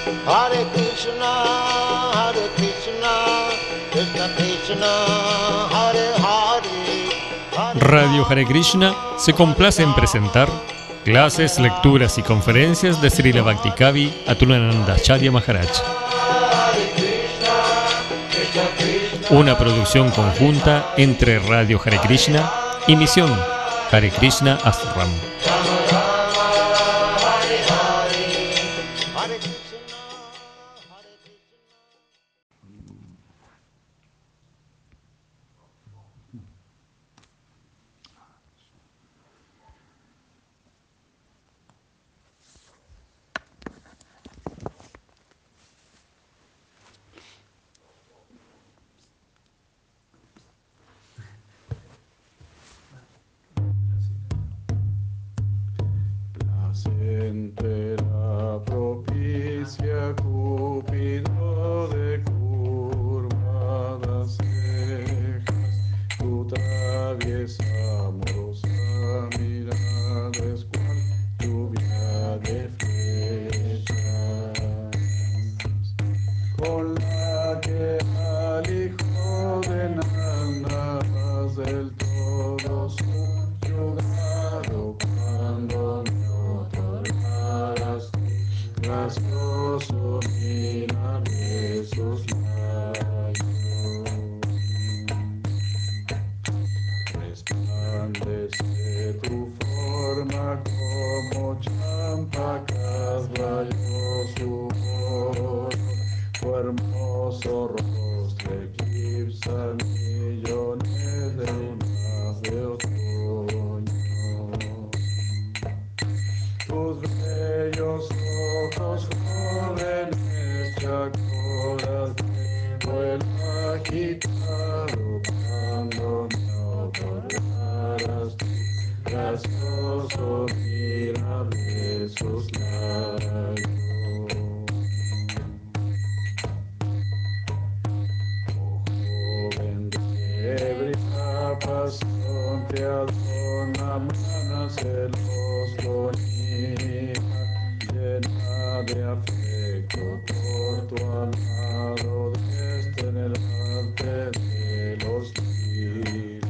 Hare Krishna, Krishna Krishna, Hare Hare. Radio Hare Krishna se complace en presentar clases, lecturas y conferencias de Srila Bhaktikavi Atulananda Acharya Maharaj. Una producción conjunta entre Radio Hare Krishna y Misión Hare Krishna Ashram. Placentera propicia Cúpido de curvadas cejas, tu traviesa amorosa mirada es cual lluvia de flechas, con la que al hijo de Nanda has del todo subyugado cuando gracioso mirar esos labios, resplandece tu forma como champacas rayos su oro, tu hermoso rostro eclipsan millones de lunas de otoño, tus bellos ojos jóvenes chacoras de vuelo agitado cuando me otorgaras gracioso mirar de sus labios. Oh joven de ebria pasión te adorna manas celos bonita, llena de afecto por tu amado desde en el arte de los liras.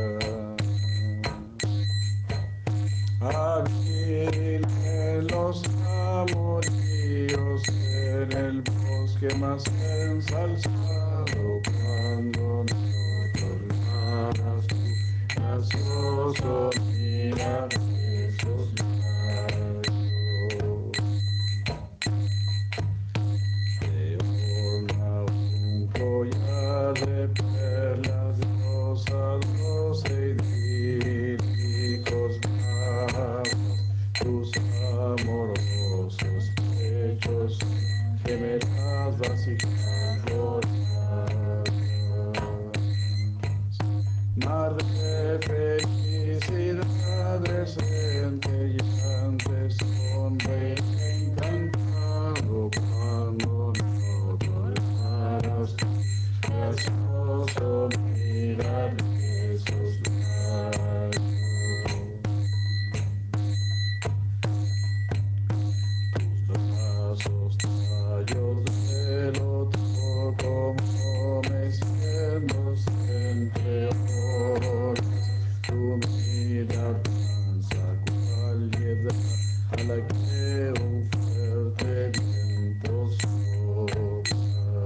Hábil en los amoríos, en el bosque más ensalzado, cuando me otorgaras tu gracioso mirar esos labios. Te orna un collar de perlas rosados e idílicos brazos, tus amorosos pechos gemelas vasijas doradas, mar de felicidad centellantes, sonreí encantado cuando me otorgaras gracioso mirar esos labios. Tus brazos tallos de loto como meciéndose entre olas, tu mirada danza cual hiedra a la que un fuerte viento sopla.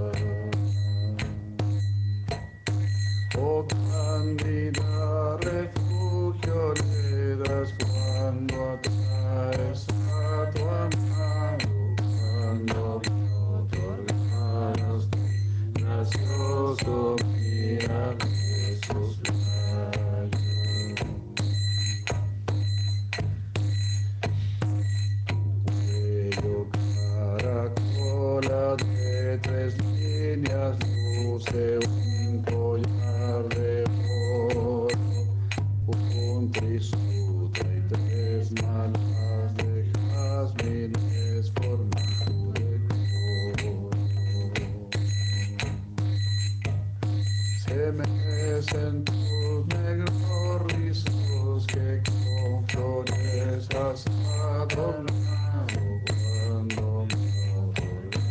Oh cándida, refugio le das cuando atraes a tu amado, cuando me otorgaras tu gracioso mirar esos labios. Tu cuello caracola de 3 líneas luce un collar de oro, un trisutra y 3 malas de jazmines forman tu decoro. Se mecen tus negros rizos que con flores has adornado cuando me otorgas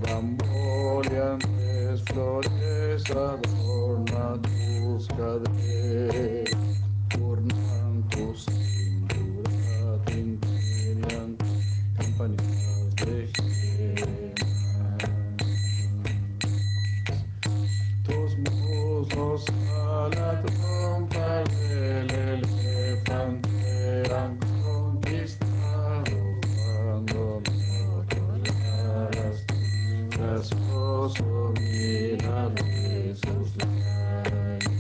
Flamboyantes flores adornan tus caderas, ornan tu cintura, tintinean campanitas de gemas. Tus muslos a la trompa del elefante han conquistado cuando me otorgaras gracioso mirar de sus labios.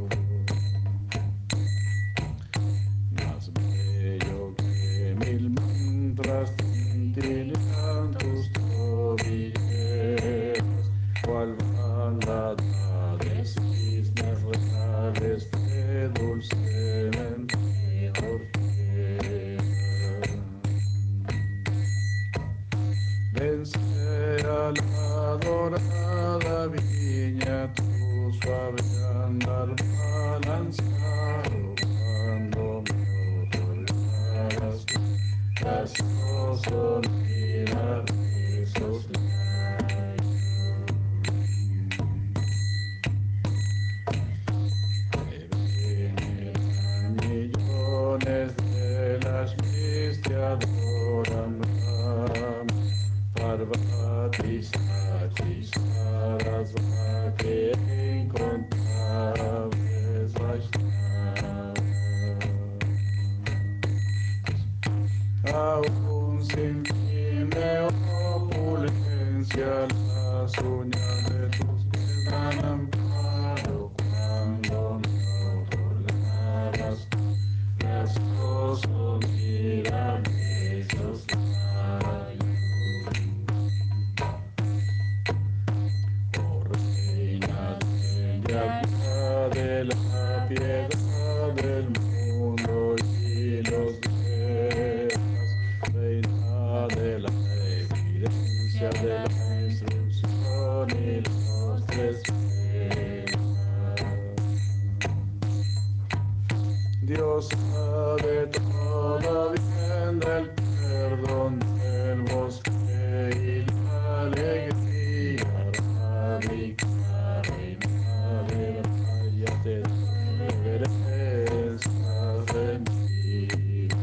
Más bello que mil mantras tintinean tus tobilleras, cual bandada de cisnes reales que dulcemente orquean. Vence a la dorada viña tu suave andar balanceado cuando me otorgaras gracioso mirar esos labios. Que veneran millones de las mis te adoran, Parvati Sati Sarasvati incontables Vaishnavas. Aún sin fin de opulencia, las uñas de tus pies dan amparo cuando me otorgaras gracioso mirar esos labios. Oh reina del yagna de la piedad del mundo y los Vedas, reina de la evidencia de la instrucción y los tres Vedas. Diosa de todo bien, del perdón, del bosque y la alegría, Radhika, reina de Braya, te doy reverencias rendidas.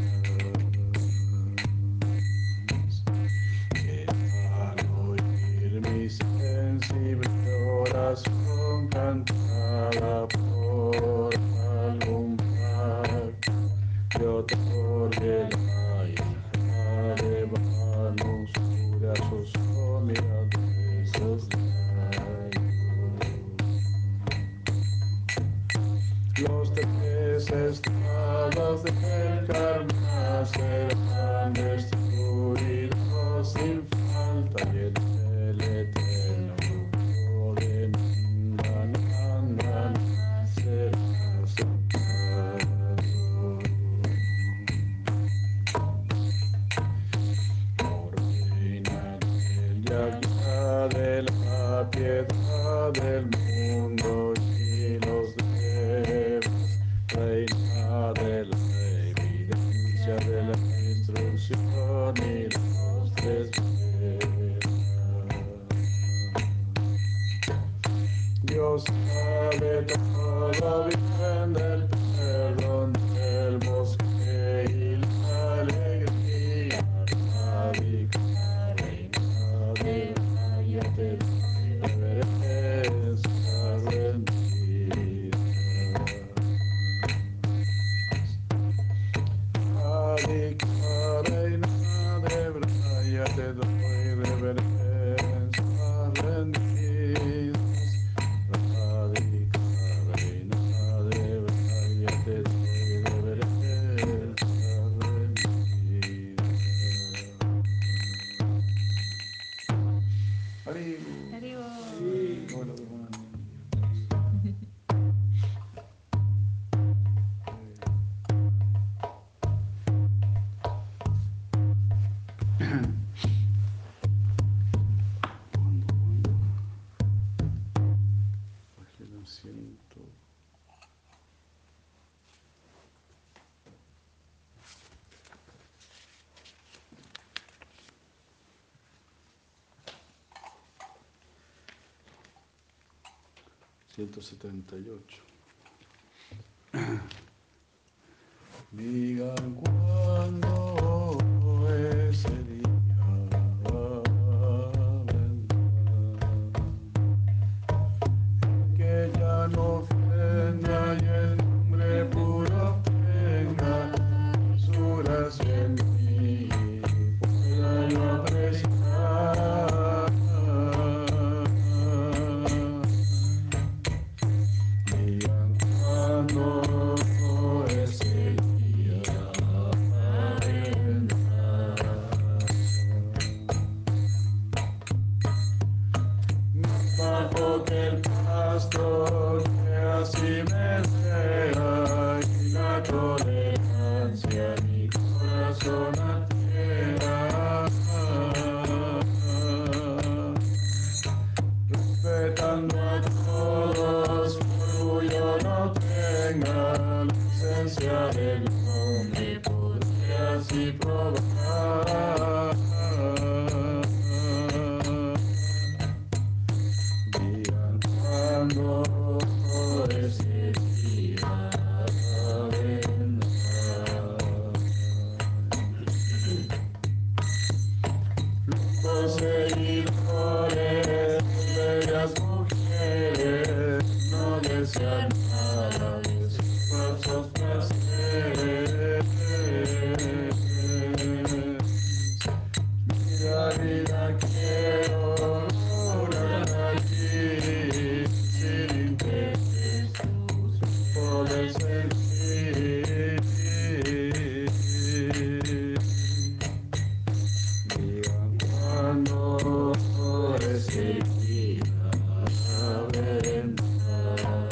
Que al oír mi sensible oración cantada por algún pacto, te otorgue la hija de Banu Surya, Susomia de esos labios. Los tres estados del karma serán destruidos sin falta y en el eterno grupo de Nandananda será aceptado. Oh reina del yagna de la piedad del mundo y los devas, reina de la evidencia de la instrucción y los tres Vedas. Dios sabe todo bien, del perdón, del bosque y la alegría, Radhika, reina de Braya, te doy reverencias rendidas. Radhika, reina de Braya, te doy reverencias rendidas. Radhika, reina de Braya, te doy reverencias rendidas. Haribo. Haribo. Hola, hermano. ¿Cuándo? Bajé el asiento. 178. Digan cuándo ese día vendrá, en que ya no ofenda y el nombre puro tenga suras en mí, pueda yo apreciar. Digan cuándo ese día vendrá. Bajo que el pastor que así me sea y la tolerancia mi corazón adquiera, respetando a todos, orgullo no tenga, la esencia del hombre podría así probar. Digan cuándo ese día vendrá. Los seguidores, bellas mujeres, no desean nada de sus falsos placeres. Vida quiero orar allí, sin interés, poder sentir. Digan cuándo ese día vendrá.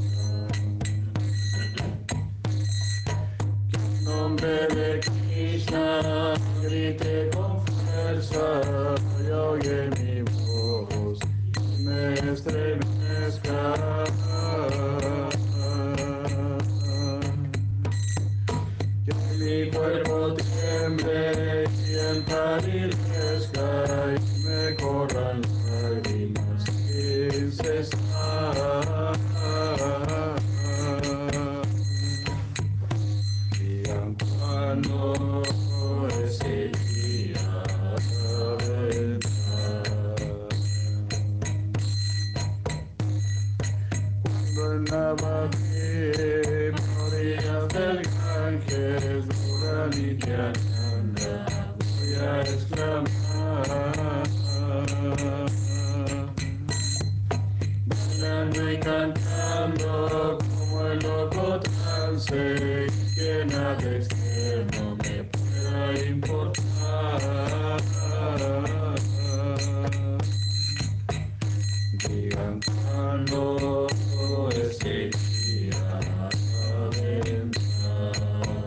En nombre de Krishna grite con fuerza y oye mi voz y me estremezca. Que mi cuerpo tiemble y sienta y crezca y me corran lágrimas sin cesar. Digan cuándo ese día vendrá. Cuando en Navadvip, orillas del Ganges, Dura Nityananda, voy a exclamar. Bailando y cantando como el loco trance, que nada externo me pueda importar. Digan cuándo ese día vendrá.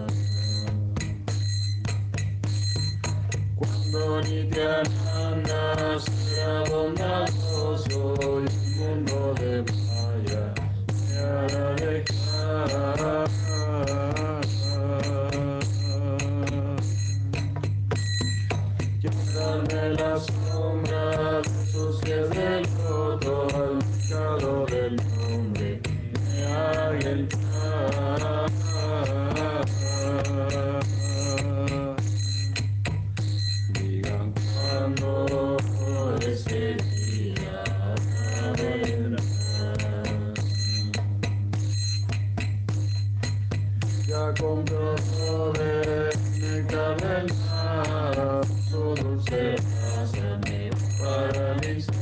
Cuando Nityananda será bondadoso y el mundo de Maya me hará dejar. Darme la sombra de sus pies del loto al mercado del nombre me haga entrar. Digan cuándo ese día vendrá. Ya comprobé néctar del mar, su dulce raza me paraliza.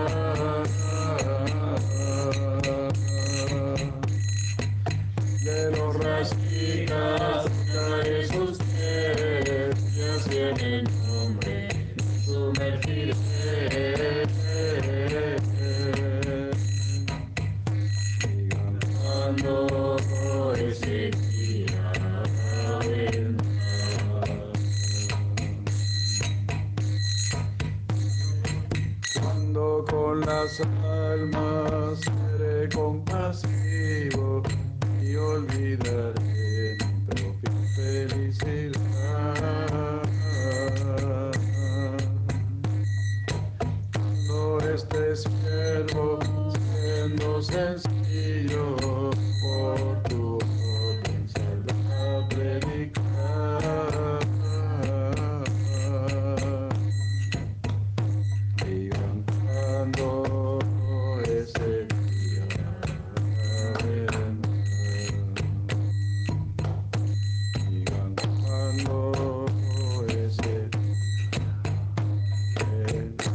De los rasquitas tocaré sus pies y así en el nombre me sumergiré. Digan cuándo ese día vendrá. Cuando con las almas seré compasivo y olvidaré mi propia felicidad. Cuando este siervo siendo sencillo por tu orden saldrá a predicar. Digan cuando ese día vendrá. Digan cuando ese día vendrá.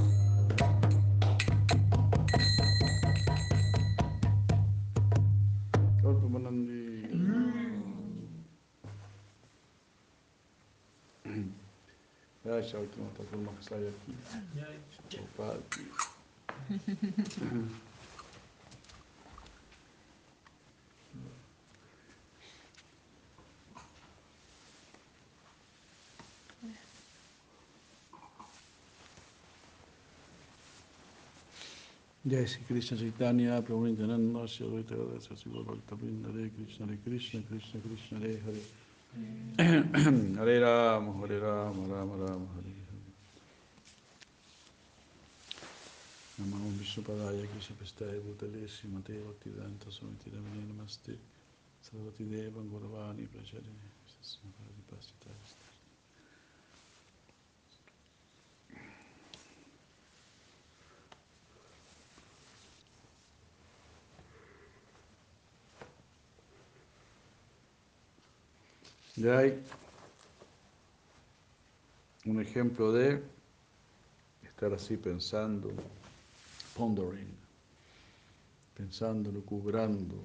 Kalpamanandi. Ya, Shauti Mata Kulma Kasaya aquí. Prabhupada aquí. Jai Sri Krishna Chaitanya, Prabhu Nityananda, Shri Advaita Gadadhara Sivasava Bhakta Vrinda, Hare Krishna, Krishna Krishna, Hare Hare. Hare Rama, Rama Rama, Hare Hare. Namo Vishnupadaya, Krishna Prestaya, Bhutale, Srimate Bhaktivedanta Swami Namine Namaste, Sarvati Deva Gauravani Pracharine, Sasnapadi Pasita. Ya hay un ejemplo de estar así pensando, pondering, pensando, lucubrando,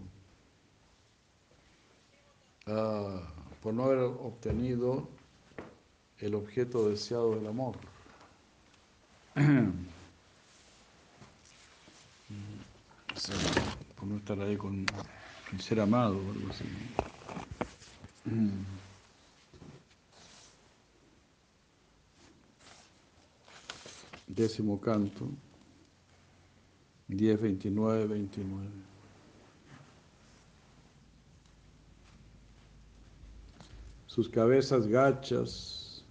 por no haber obtenido el objeto deseado del amor. O sea, por no estar ahí con el ser amado o algo así. Décimo canto, 10, 29, 29. Sus cabezas gachas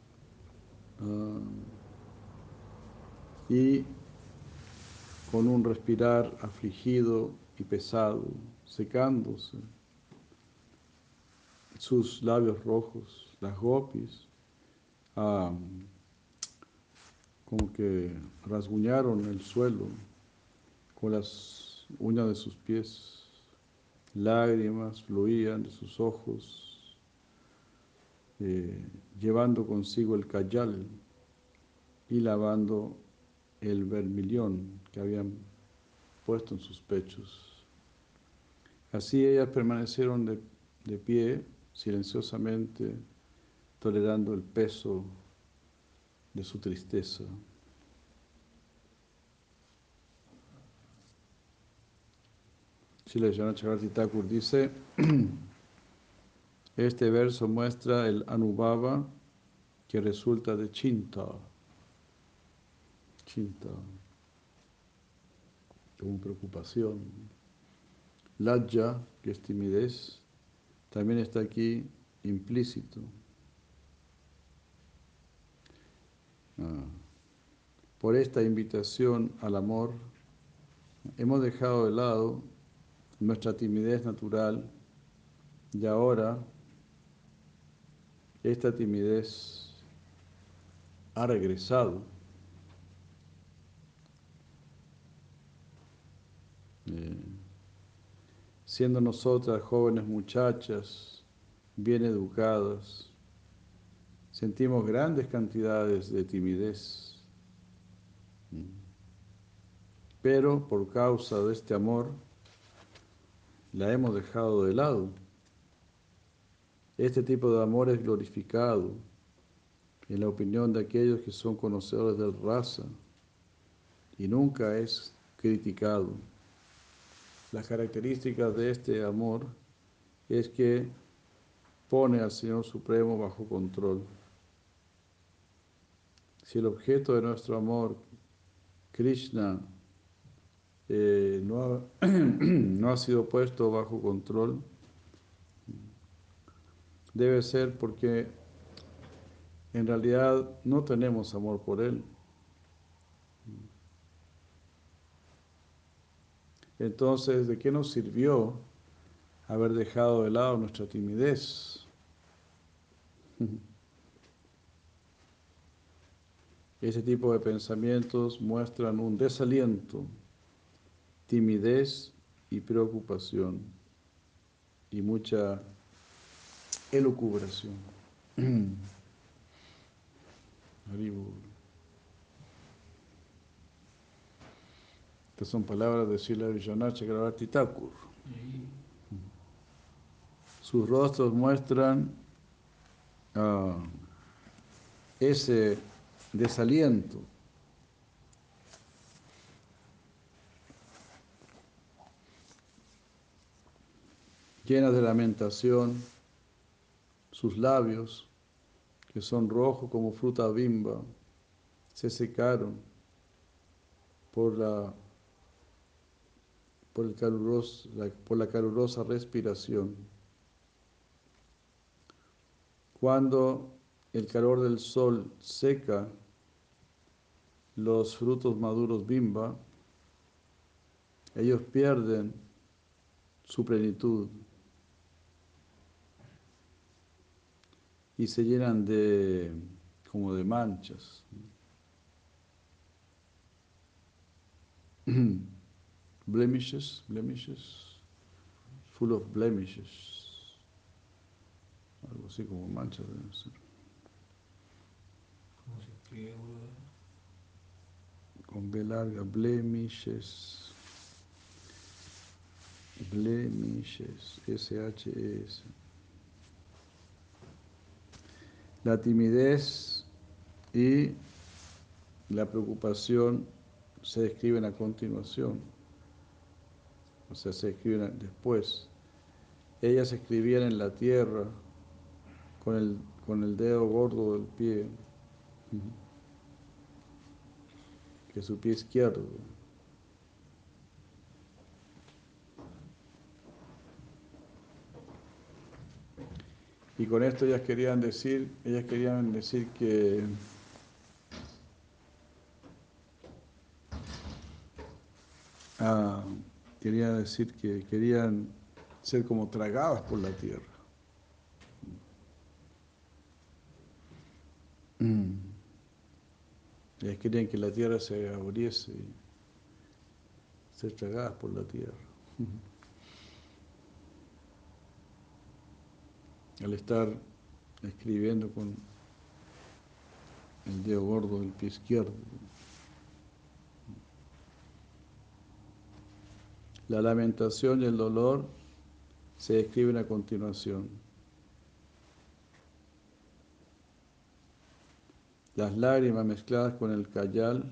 y con un respirar afligido y pesado, secándose, sus labios rojos, las gopis, como que rasguñaron el suelo con las uñas de sus pies, lágrimas fluían de sus ojos, llevando consigo el cayal y lavando el vermilión que habían puesto en sus pechos. Así ellas permanecieron de pie, silenciosamente, tolerando el peso de su tristeza. Srila Vishwanath Chakravarti Thakur dice, este verso muestra el anubhava que resulta de chinta, como preocupación. Lajja, que es timidez, también está aquí implícito. Por esta invitación al amor, hemos dejado de lado nuestra timidez natural y ahora esta timidez ha regresado. Siendo nosotras jóvenes muchachas, bien educadas, sentimos grandes cantidades de timidez, pero por causa de este amor la hemos dejado de lado. Este tipo de amor es glorificado en la opinión de aquellos que son conocedores del rasa y nunca es criticado. Las características de este amor es que pone al Señor Supremo bajo control. Si el objeto de nuestro amor, Krishna, no ha sido puesto bajo control, debe ser porque en realidad no tenemos amor por Él. entonces, ¿de qué nos sirvió haber dejado de lado nuestra timidez? Ese tipo de pensamientos muestran un desaliento, timidez y preocupación y mucha elucubración. Haribol. Estas son palabras de Srila Vishwanath Chakravarti Thakur. Sus rostros muestran ese desaliento. Llenas de lamentación, sus labios, que son rojos como fruta bimba, se secaron por por la calurosa respiración. Cuando el calor del sol seca los frutos maduros bimba, ellos pierden su plenitud y se llenan como de manchas. Blemishes, full of blemishes. Algo así como manchas deben ser. ¿Cómo se escribe, Guru? Con B larga, blemishes. Blemishes, S-H-E-S. La timidez y la preocupación se describen a continuación, o sea, se escriben después. Ellas se escribían en la tierra con el dedo gordo del pie, que es su pie izquierdo. Y con esto ellas querían decir que ah, quería decir que querían ser como tragadas por la tierra. Ellas querían que la tierra se abriese y ser tragadas por la tierra. Al estar escribiendo con el dedo gordo del pie izquierdo. La lamentación y el dolor se describen a continuación. Las lágrimas mezcladas con el cayal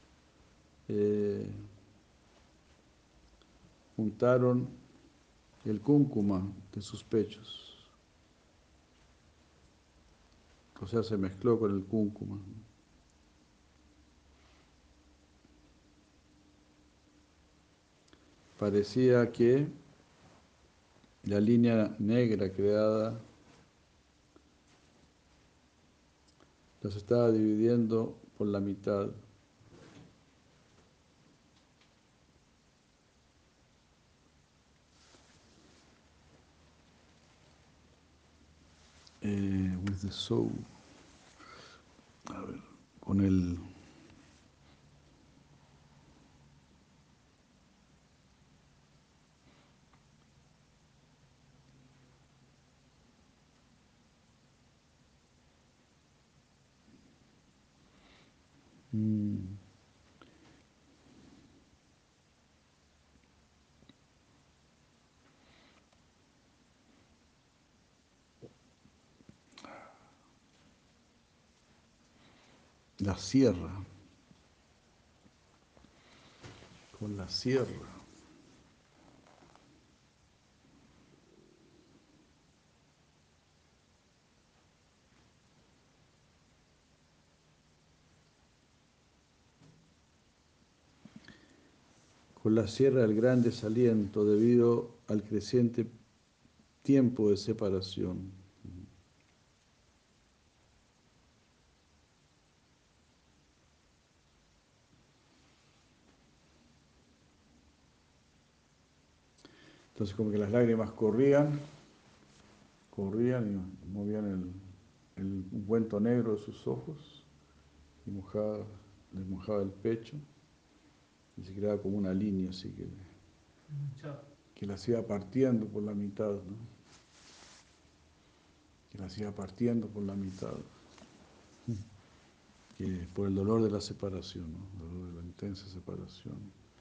juntaron el cúncuma de sus pechos. O sea, se mezcló con el cúncuma. Parecía que la línea negra creada los estaba dividiendo por la mitad. With the soul. A ver, con el... la sierra. Con la sierra. Con la sierra del gran desaliento debido al creciente tiempo de separación. Entonces como que las lágrimas corrían y movían el ungüento negro de sus ojos y les mojaba el pecho y se creaba como una línea así que las iba partiendo por la mitad, ¿no? Que las iba partiendo por la mitad, que por el dolor de la separación, ¿no? El dolor de la intensa separación.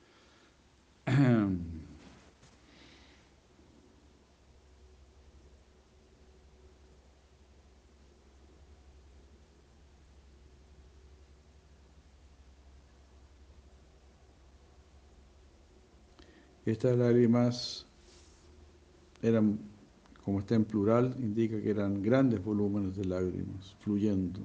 Estas lágrimas eran, como está en plural, indica que eran grandes volúmenes de lágrimas fluyendo.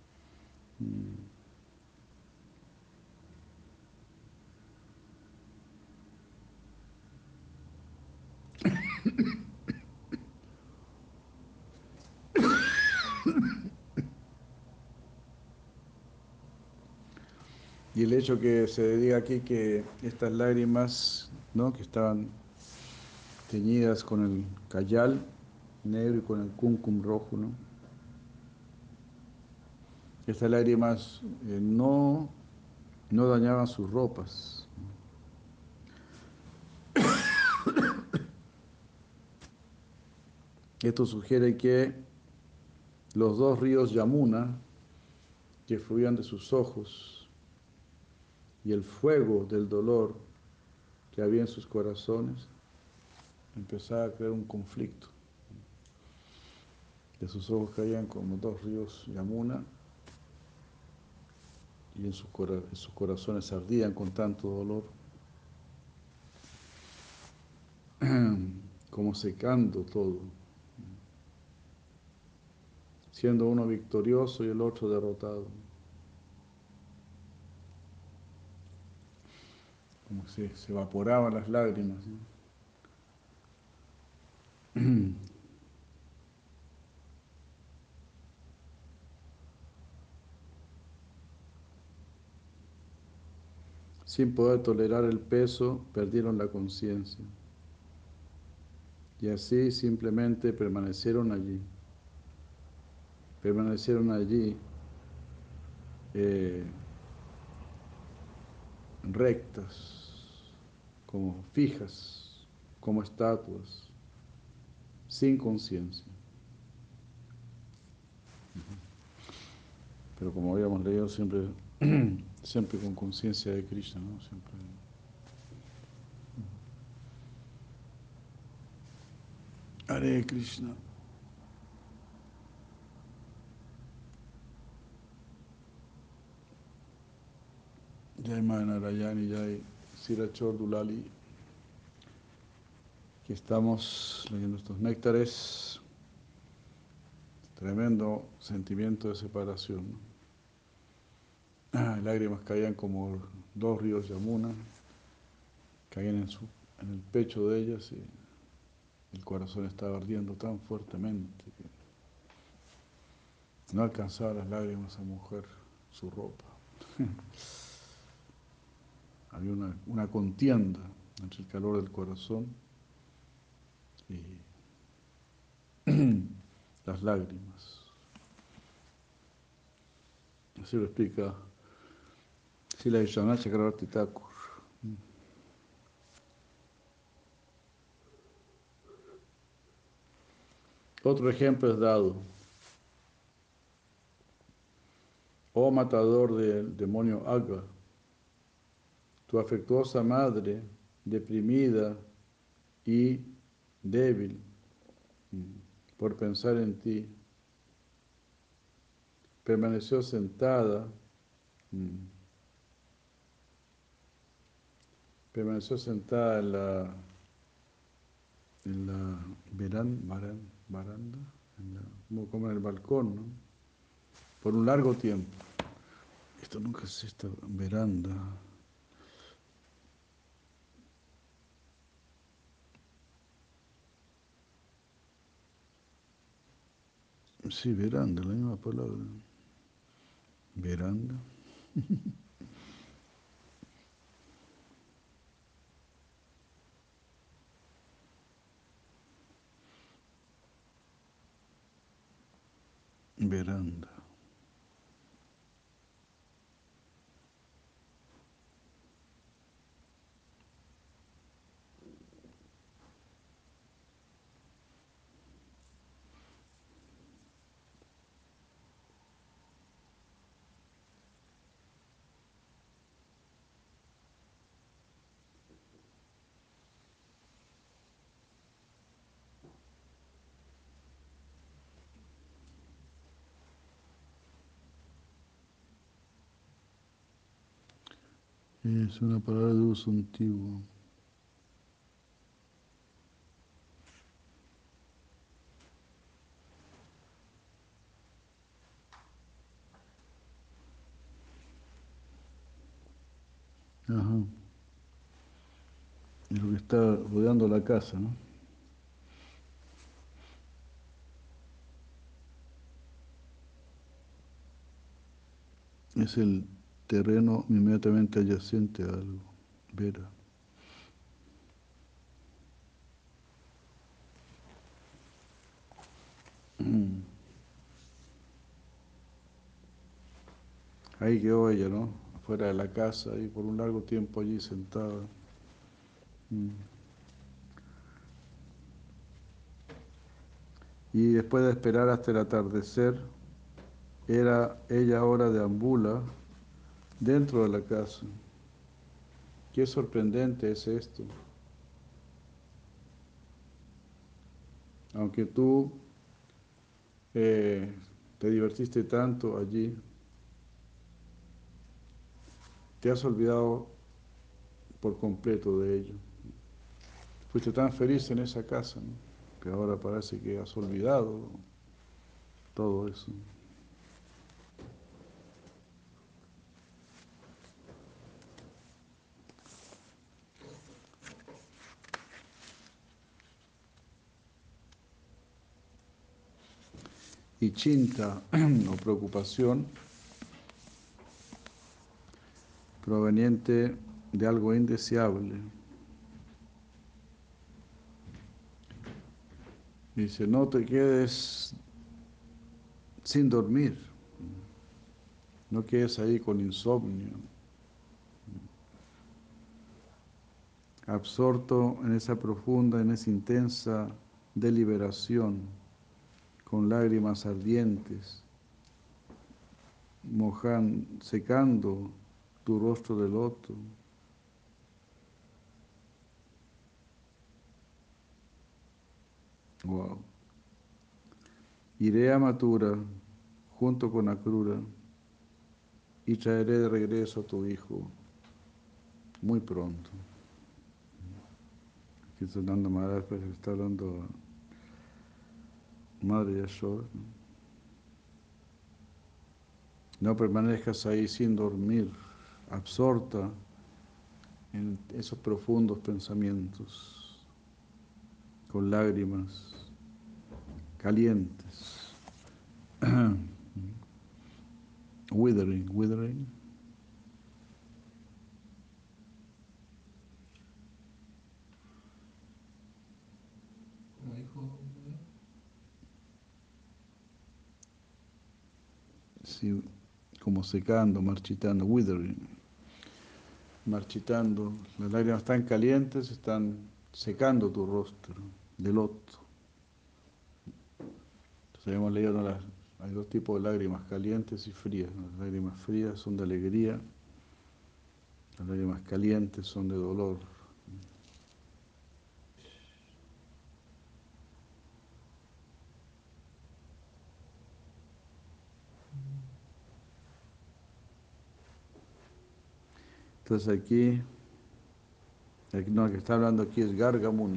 Y el hecho que se diga aquí que estas lágrimas, ¿no?, que estaban teñidas con el cayal negro y con el kumkum rojo, ¿no? Estas lágrimas no dañaban sus ropas. Esto sugiere que los dos ríos Yamuna que fluían de sus ojos y el fuego del dolor que había en sus corazones empezaba a crear un conflicto. De sus ojos caían como dos ríos Yamuna y en sus corazones ardían con tanto dolor, como secando todo, siendo uno victorioso y el otro derrotado. Como si se evaporaban las lágrimas, ¿no? Sin poder tolerar el peso, perdieron la conciencia. Y así simplemente permanecieron allí. Permanecieron allí eh, rectas, como fijas, como estatuas, sin conciencia. Pero como habíamos leído, siempre, siempre con conciencia de Krishna, ¿no? Siempre. Hare Krishna. Jai Mahanarayani, Jai Sirachor Dulali. Aquí estamos leyendo estos néctares. Tremendo sentimiento de separación, ¿no? Lágrimas caían como dos ríos Yamuna, caían en el pecho de ellas y el corazón estaba ardiendo tan fuertemente que no alcanzaba las lágrimas a mojar su ropa. Había una contienda entre el calor del corazón y las lágrimas. Así lo explica Srila Vishwanath Chakravarti Thakur. Otro ejemplo es dado. Oh matador del demonio Agga, tu afectuosa madre, deprimida y débil por pensar en ti, permaneció sentada, permaneció sentada en la baranda, como en el balcón, ¿no? Por un largo tiempo. Esto nunca es esta veranda. Sí, veranda, la misma palabra. Veranda. veranda. Es una palabra de uso antiguo. Ajá. Es lo que está rodeando la casa, ¿no? Es el terreno inmediatamente adyacente a algo. Vera. Ahí quedó ella, ¿no? Fuera de la casa y por un largo tiempo allí sentada. Mm. Y después de esperar hasta el atardecer, ella ahora deambula dentro de la casa. Qué sorprendente es esto. Aunque tú te divertiste tanto allí, te has olvidado por completo de ello. Fuiste tan feliz en esa casa, ¿no? Que ahora parece que has olvidado todo eso. Y chinta o preocupación proveniente de algo indeseable. Dice, no te quedes sin dormir, no quedes ahí con insomnio, absorto en esa profunda, en esa intensa deliberación, con lágrimas ardientes, secando tu rostro de loto. Wow. Iré a Mathura junto con Akrura y traeré de regreso a tu hijo muy pronto. Aquí Sananda Maharaj pues, está hablando a Madre Yashoda. No permanezcas ahí sin dormir, absorta en esos profundos pensamientos, con lágrimas calientes. Withering. Como dijo, Sí, como secando, marchitando, withering, marchitando. Las lágrimas tan calientes están secando tu rostro de loto. Entonces habíamos leído, ¿no? Hay dos tipos de lágrimas, calientes y frías. Las lágrimas frías son de alegría, las lágrimas calientes son de dolor. Entonces no, el que está hablando aquí es Garga Muni,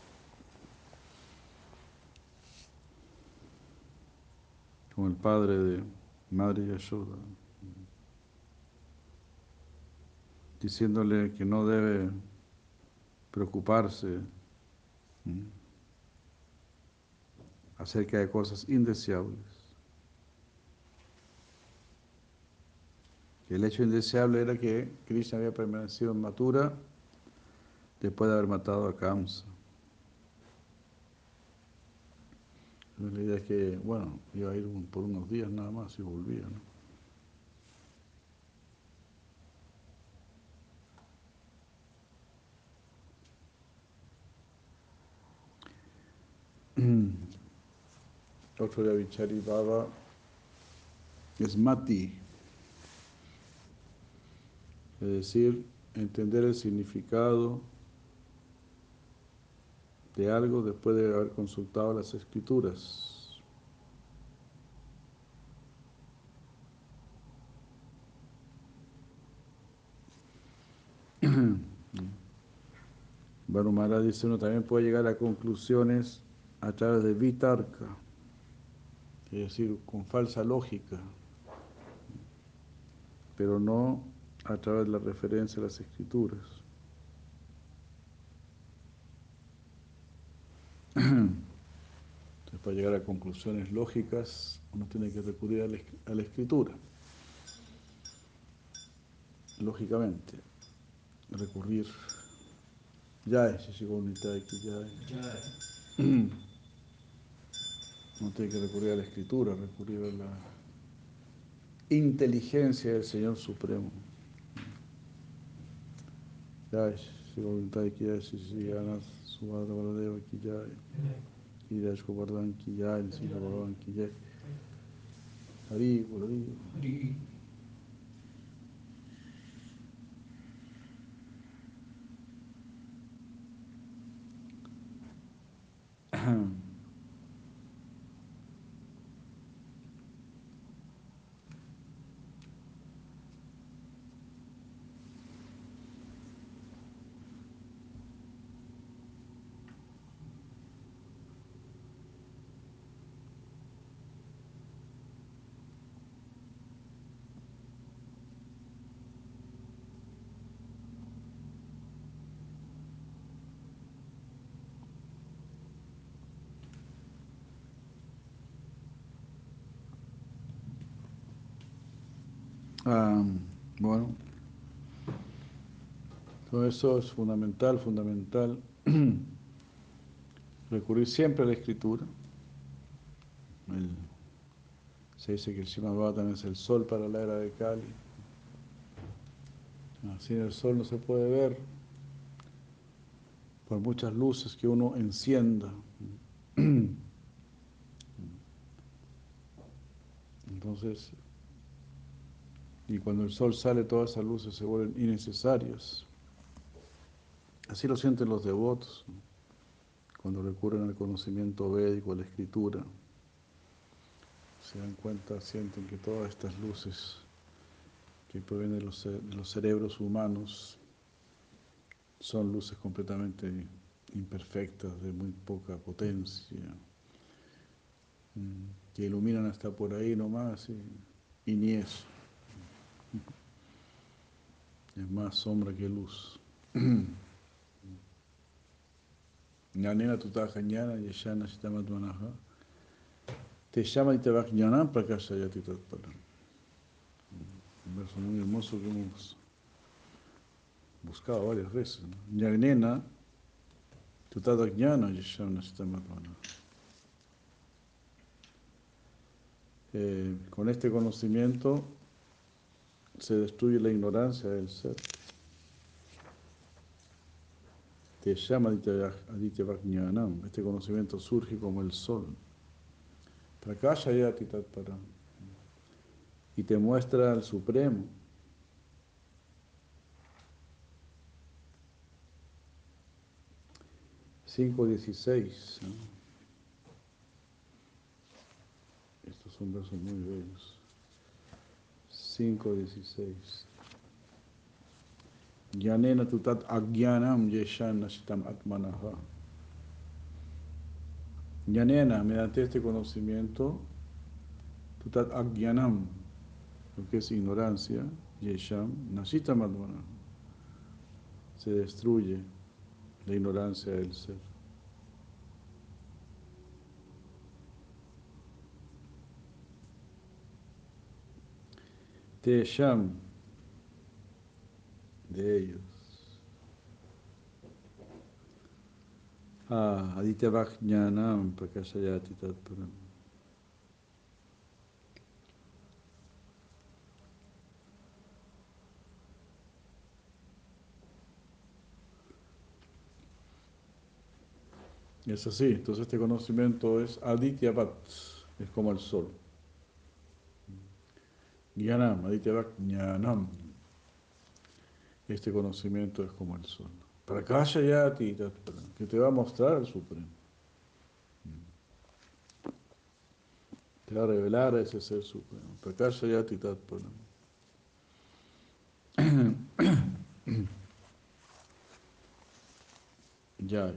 como el padre de Madre Yashoda, diciéndole que no debe preocuparse acerca de cosas indeseables. Que el hecho indeseable era que Krishna había permanecido en Mathura después de haber matado a Kamsa. La idea es que, bueno, iba a ir por unos días nada más y volvía, ¿no? Otro de Vichari Baba es Mati, es decir, entender el significado de algo después de haber consultado las escrituras. Banu Maharaj dice, uno también puede llegar a conclusiones a través de vitarka, es decir, con falsa lógica, pero no a través de la referencia a las escrituras. Entonces, para llegar a conclusiones lógicas, uno tiene que recurrir a la escritura, lógicamente, recurrir. Ya, no tiene que recurrir a la escritura, recurrir a la inteligencia del Señor Supremo. Jai, Shri Govinda ki jai, Shri Anath Subhadra Baladeva ki jai, Shri Raj Govardhan ki jai, Shri Bhagavan ki jai. Hari, Hari. Bueno, todo eso es fundamental, fundamental. Recurrir siempre a la escritura. Se dice que el Srimad Bhagavatam es el sol para la era de Kali. Sin el sol no se puede ver, por muchas luces que uno encienda. Entonces, y cuando el sol sale, todas esas luces se vuelven innecesarias. Así lo sienten los devotos, ¿no? Cuando recurren al conocimiento védico, a la escritura. Se dan cuenta, sienten que todas estas luces que provienen de los cerebros humanos son luces completamente imperfectas, de muy poca potencia, que iluminan hasta por ahí nomás y ni eso. Es más sombra que luz. Ñanena tutaja ñana yeshana shitamatmanaha te llama y te va jnanam prakashayati tatparam. Un verso muy hermoso que hemos buscado varias veces, ¿no? Ñanena tutata jnana yeshana shitamatmanaha. Con este conocimiento se destruye la ignorancia del ser. Te llama Aditya Vajñanam. Este conocimiento surge como el sol. Prakashayati Tatparam. Y te muestra al Supremo. Cinco 16. ¿No? Estos son versos muy bellos. 5:16. Jnanena tutat agyanam yeshan nashtam atmanaha. Jnanena, mediante este conocimiento, tutat agyanam, lo que es ignorancia, yesham nashitam atmanaha. Se destruye la ignorancia del ser. Tesham, de ellos. Aditya Vajnanam Prakashayati Tatparam. Es así, entonces este conocimiento es Aditya Vat, es como el sol. Jnanam, Aditya Vajnanam. Este conocimiento es como el sol. Prakashayati Tatparam, que te va a mostrar el Supremo. Te va a revelar a ese ser supremo. Prakashayati Tatparam. Jai.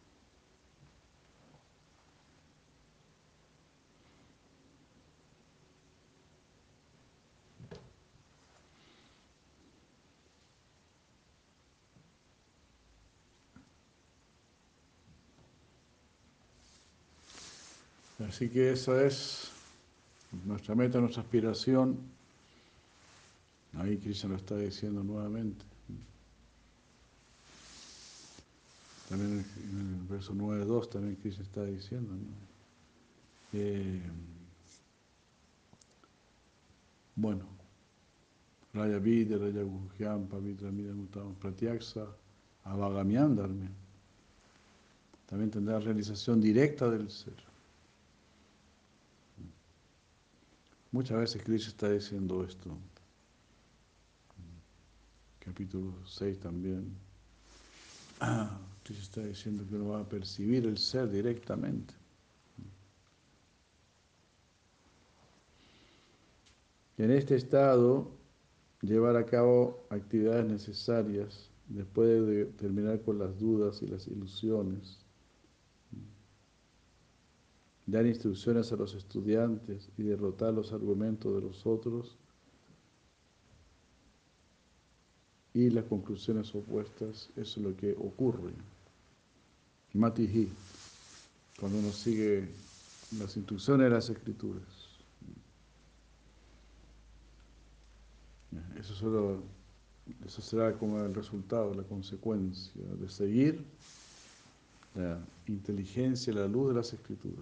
Así que esa es nuestra meta, nuestra aspiración. Ahí Krishna lo está diciendo nuevamente. También en el verso 9.2 también Krishna está diciendo, ¿no? Bueno, Raya Vidya, Raya Guhyam, Pavitra Midamutam, Pratyaksa, Avagamiandarme. También tendrá realización directa del ser. Muchas veces Krishna está diciendo esto. Capítulo 6 también. Krishna está diciendo que uno va a percibir el ser directamente. En este estado, llevar a cabo actividades necesarias después de terminar con las dudas y las ilusiones, dar instrucciones a los estudiantes y derrotar los argumentos de los otros y las conclusiones opuestas, eso es lo que ocurre. Matihi, cuando uno sigue las instrucciones de las escrituras. Eso será como el resultado, la consecuencia de seguir la inteligencia, la luz de las escrituras.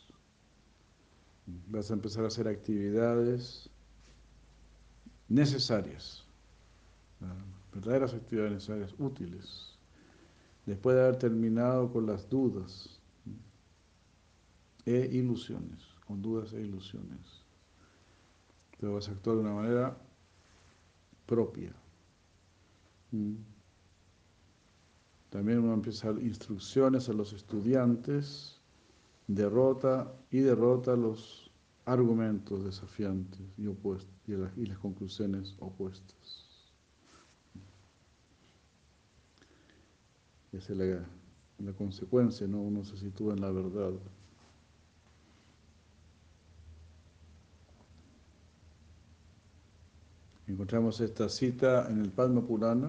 Vas a empezar a hacer actividades necesarias, verdaderas actividades necesarias, útiles, después de haber terminado con las dudas e ilusiones, con dudas e ilusiones. Te vas a actuar de una manera propia. También uno empieza a dar instrucciones a los estudiantes, derrota los argumentos desafiantes y opuestos y las conclusiones opuestas. Esa es la consecuencia, ¿no? Uno se sitúa en la verdad. Encontramos esta cita en el Padma Purana,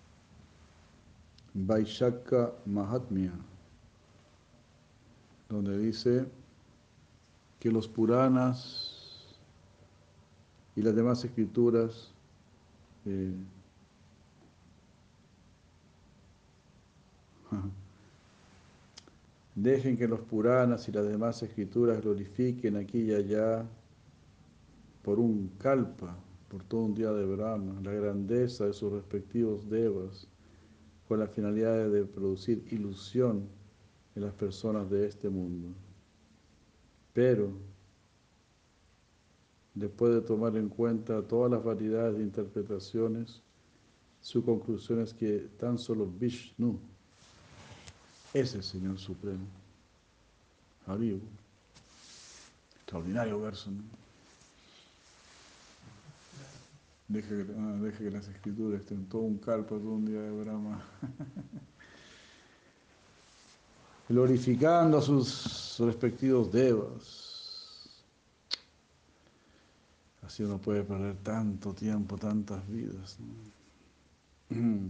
Vaishakha Mahatmya, donde dice que los Puranas y las demás escrituras dejen que los Puranas y las demás escrituras glorifiquen aquí y allá por un kalpa, por todo un día de Brahma, la grandeza de sus respectivos devas, con la finalidad de producir ilusión en las personas de este mundo. Pero, después de tomar en cuenta todas las variedades de interpretaciones, su conclusión es que tan solo Vishnu es el Señor Supremo. Haribu. Extraordinario verso, ¿no? Deja que las escrituras estén todo un kalpa, todo un día de Brahma, glorificando a sus respectivos devas. Así uno puede perder tanto tiempo, tantas vidas, ¿no?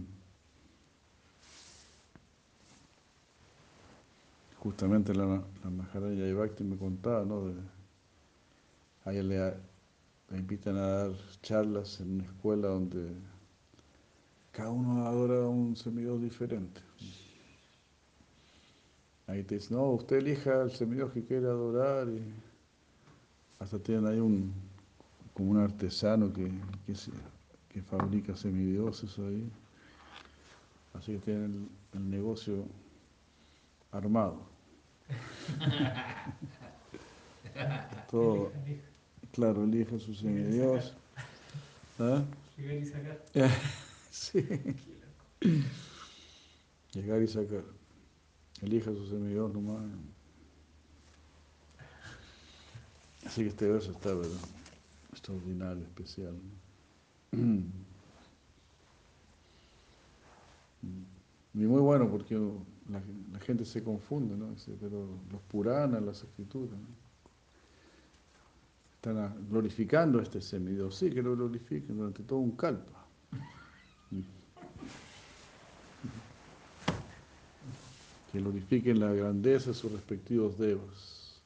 Justamente la Maharaya Bhakti me contaba, ¿no? A ella le invitan a dar charlas en una escuela donde cada uno adora a un semidios diferente. Ahí te dicen, no, usted elija el semidios que quiere adorar. Y hasta tienen ahí como un artesano que fabrica semidioses ahí. Así que tienen el negocio armado. Todo, claro, elige su semidios. ¿Ah? Llegar y sacar. Sí, llegar y sacar. Elija su semidios nomás. Así que este verso está, ¿verdad? Extraordinario, especial, ¿no? Y muy bueno porque la gente se confunde, ¿no? Dice, pero los Puranas, las escrituras, ¿no? Están glorificando a este semidios. Sí, que lo glorifiquen durante todo un kalpa. Que glorifiquen la grandeza de sus respectivos devas.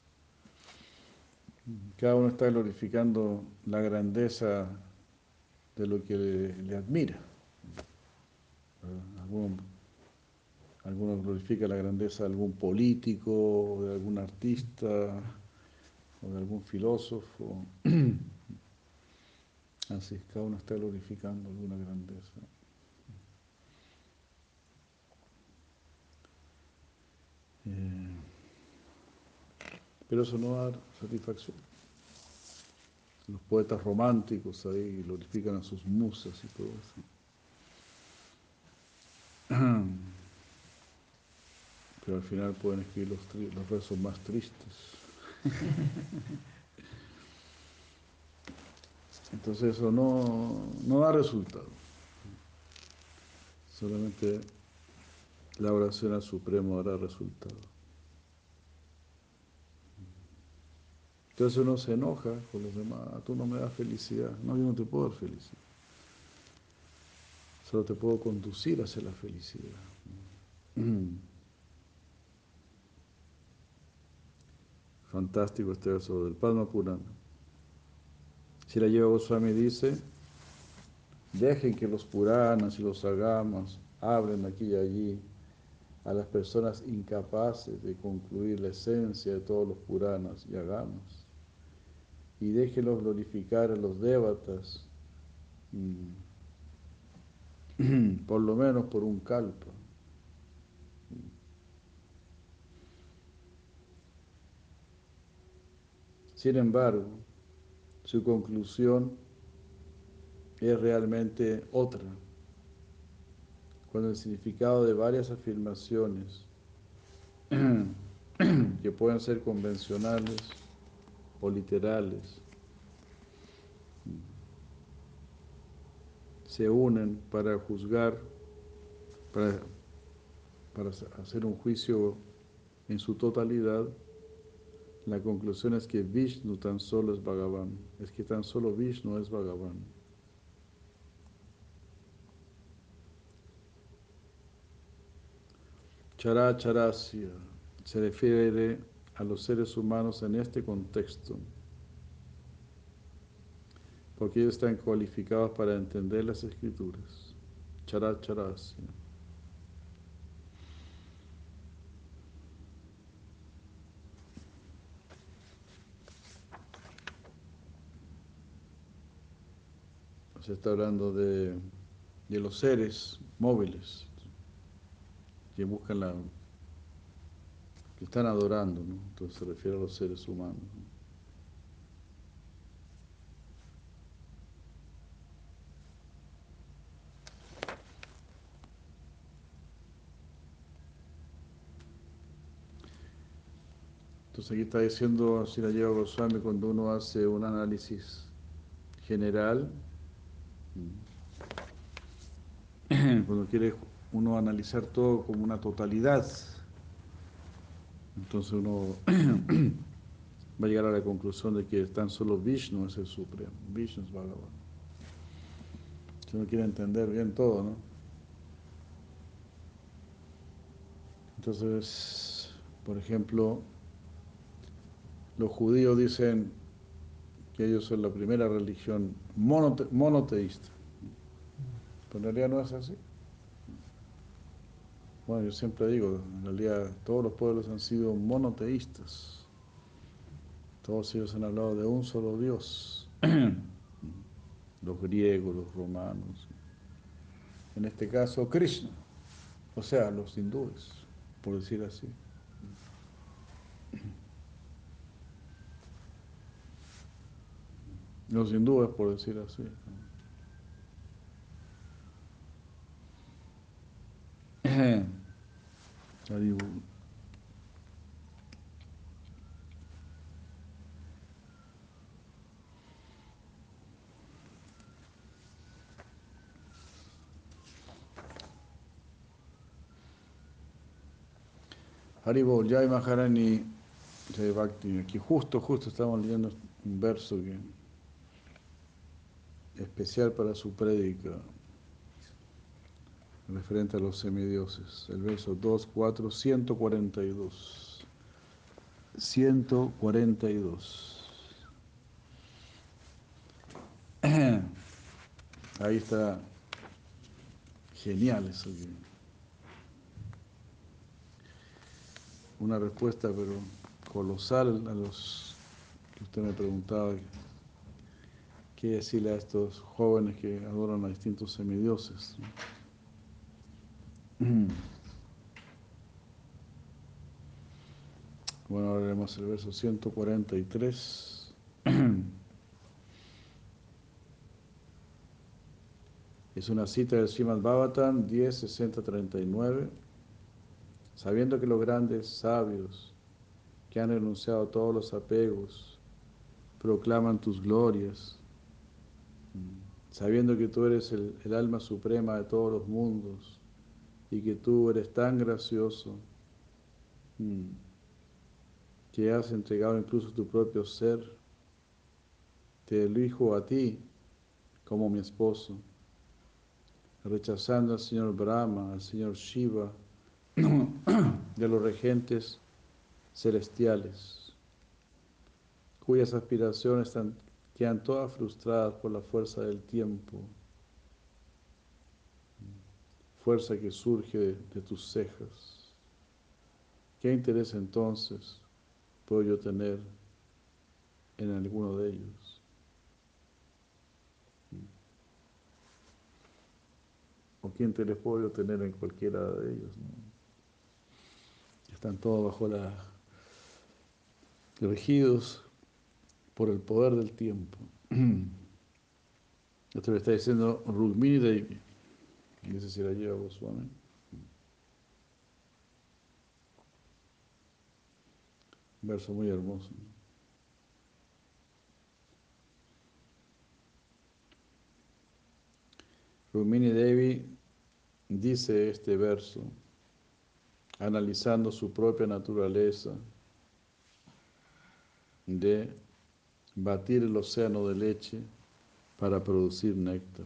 Cada uno está glorificando la grandeza de lo que le admira. Algunos glorifican la grandeza de algún político, o de algún artista, o de algún filósofo. Así es, cada uno está glorificando alguna grandeza. Eh, pero eso no da satisfacción. Los poetas románticos ahí glorifican a sus musas y todo eso. Pero al final pueden escribir los versos más tristes. Entonces eso no da resultado. Solamente la oración al Supremo dará resultado. Entonces uno se enoja con los demás. Tú no me das felicidad. No, yo no te puedo dar felicidad. Solo te puedo conducir hacia la felicidad. Fantástico este verso del Padma Purana. Srila Jiva Goswami dice, dejen que los Puranas y los Agamas hablen aquí y allí a las personas incapaces de concluir la esencia de todos los Puranas y Agamas. Y déjenlos glorificar a los Devatas, por lo menos por un kalpa. Sin embargo, su conclusión es realmente otra, cuando el significado de varias afirmaciones que pueden ser convencionales o literales se unen para juzgar, para, para hacer un juicio en su totalidad. La conclusión es que Vishnu tan solo es Bhagavan, es que tan solo Vishnu es Bhagavan. Chara Charasya se refiere a los seres humanos en este contexto, porque ellos están cualificados para entender las escrituras. Chara Charasya. Se está hablando de los seres móviles que buscan que están adorando, ¿no? Entonces se refiere a los seres humanos, ¿no? Entonces aquí está diciendo Srila Jiva Goswami, cuando uno hace un análisis general, cuando quiere uno analizar todo como una totalidad, entonces uno va a llegar a la conclusión de que tan solo Vishnu es el Supremo, Vishnu es Bhagavan. Si uno quiere entender bien todo, ¿no? Entonces, por ejemplo, los judíos dicen que ellos son la primera religión monoteísta, pero en realidad no es así. Bueno, yo siempre digo, en realidad todos los pueblos han sido monoteístas. Todos ellos han hablado de un solo Dios. Los griegos, los romanos. En este caso, Krishna. O sea, los hindúes, por decir así. Los hindúes, por decir así. Haribol. Haribol, Jai Maharani, Jai Bhakti. Aquí justo estamos leyendo un verso que especial para su prédica, referente a los semidioses. El verso 2, 4, 142. 142. Ahí está. Genial eso. Una respuesta, pero colosal a los que usted me preguntaba. ¿Qué decirle a estos jóvenes que adoran a distintos semidioses? Bueno, ahora leemos el verso 143. Es una cita del Srimad Bhagavatam 10.60.39. Sabiendo que los grandes sabios que han renunciado a todos los apegos proclaman tus glorias, sabiendo que tú eres el alma suprema de todos los mundos y que tú eres tan gracioso que has entregado incluso tu propio ser, te elijo a ti como mi esposo, rechazando al señor Brahma, al señor Shiva, de los regentes celestiales, cuyas aspiraciones quedan todas frustradas por la fuerza del tiempo, fuerza que surge de tus cejas. ¿Qué interés entonces puedo yo tener en alguno de ellos? ¿O qué interés puedo yo tener en cualquiera de ellos? ¿No? Están todos regidos por el poder del tiempo. Esto le está diciendo Rukmini Devi. Dice si la lleva Goswami. Un verso muy hermoso. Rukmini Devi dice este verso analizando su propia naturaleza de batir el océano de leche para producir néctar.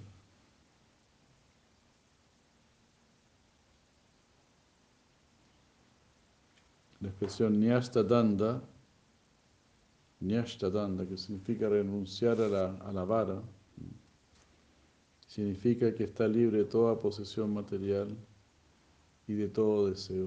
La expresión Nyashtadanda, que significa renunciar a la vara, significa que está libre de toda posesión material y de todo deseo.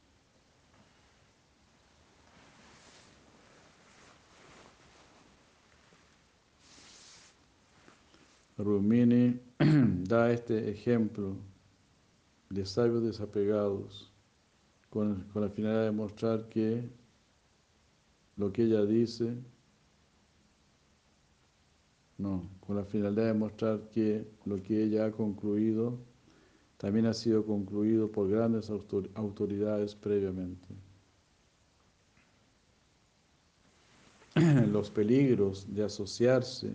Rumini da este ejemplo de sabios desapegados con la finalidad de mostrar que lo que ella dice, con la finalidad de mostrar que lo que ella ha concluido también ha sido concluido por grandes autoridades previamente. Los peligros de asociarse,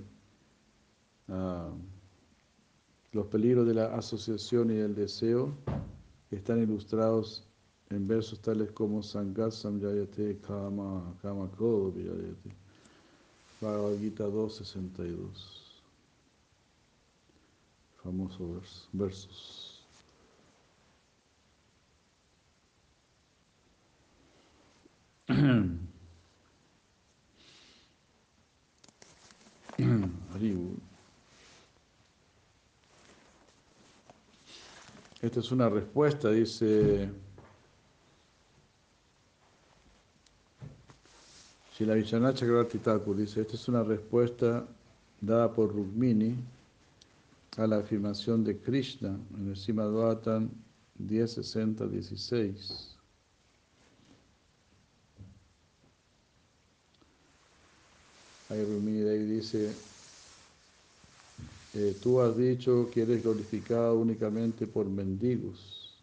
los peligros de la asociación y del deseo están ilustrados en versos tales como Sangat Samjayate Kama Kama Krodha Vijayate. Bhagavad Gita 2.62. Famosos versos. Esta es una respuesta, dice Si la Vishwanath Chakravarti Thakur dice, esta es una respuesta dada por Rukmini a la afirmación de Krishna en el Srimad Bhagavatam 10.60-16. Ahí Rukmini Devi dice, tú has dicho que eres glorificado únicamente por mendigos,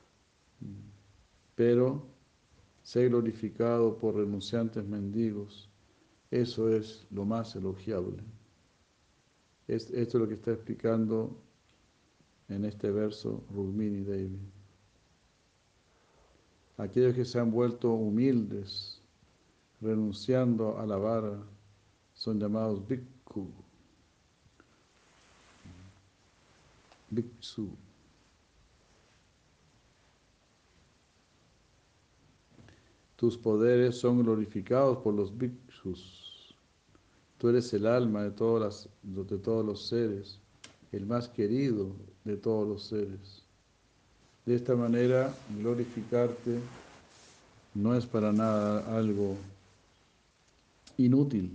pero ser glorificado por renunciantes mendigos, eso es lo más elogiable. Esto es lo que está explicando en este verso Rukmini Devi. Aquellos que se han vuelto humildes, renunciando a la vara, son llamados bhikkhu, bhiksu. Tus poderes son glorificados por los bhikshus. Tú eres el alma de todos los seres, el más querido de todos los seres. De esta manera, glorificarte no es para nada algo inútil.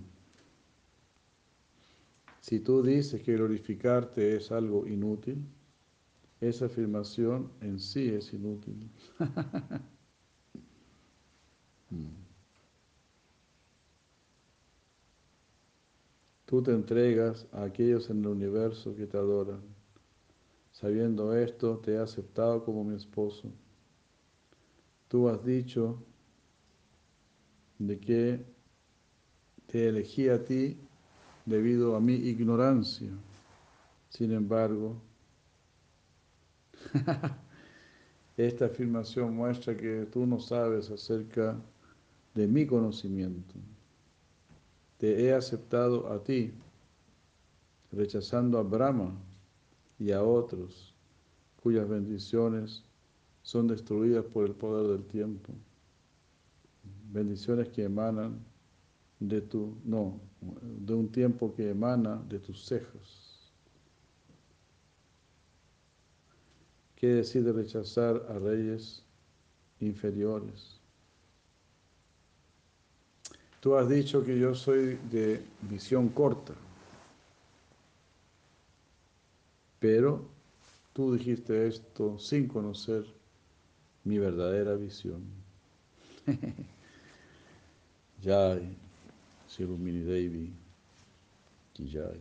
Si tú dices que glorificarte es algo inútil, esa afirmación en sí es inútil. Tú te entregas a aquellos en el universo que te adoran. Sabiendo esto, te he aceptado como mi esposo. Tú has dicho de que te elegí a ti debido a mi ignorancia. Sin embargo, esta afirmación muestra que tú no sabes acerca de mi conocimiento. Te he aceptado a ti, rechazando a Brahma y a otros, cuyas bendiciones son destruidas por el poder del tiempo. Bendiciones que emanan de un tiempo que emana de tus cejas. ¿Qué decir de rechazar a reyes inferiores? Tú has dicho que yo soy de visión corta, pero tú dijiste esto sin conocer mi verdadera visión. Jai, Sri Rukmini Devi, ki Jai.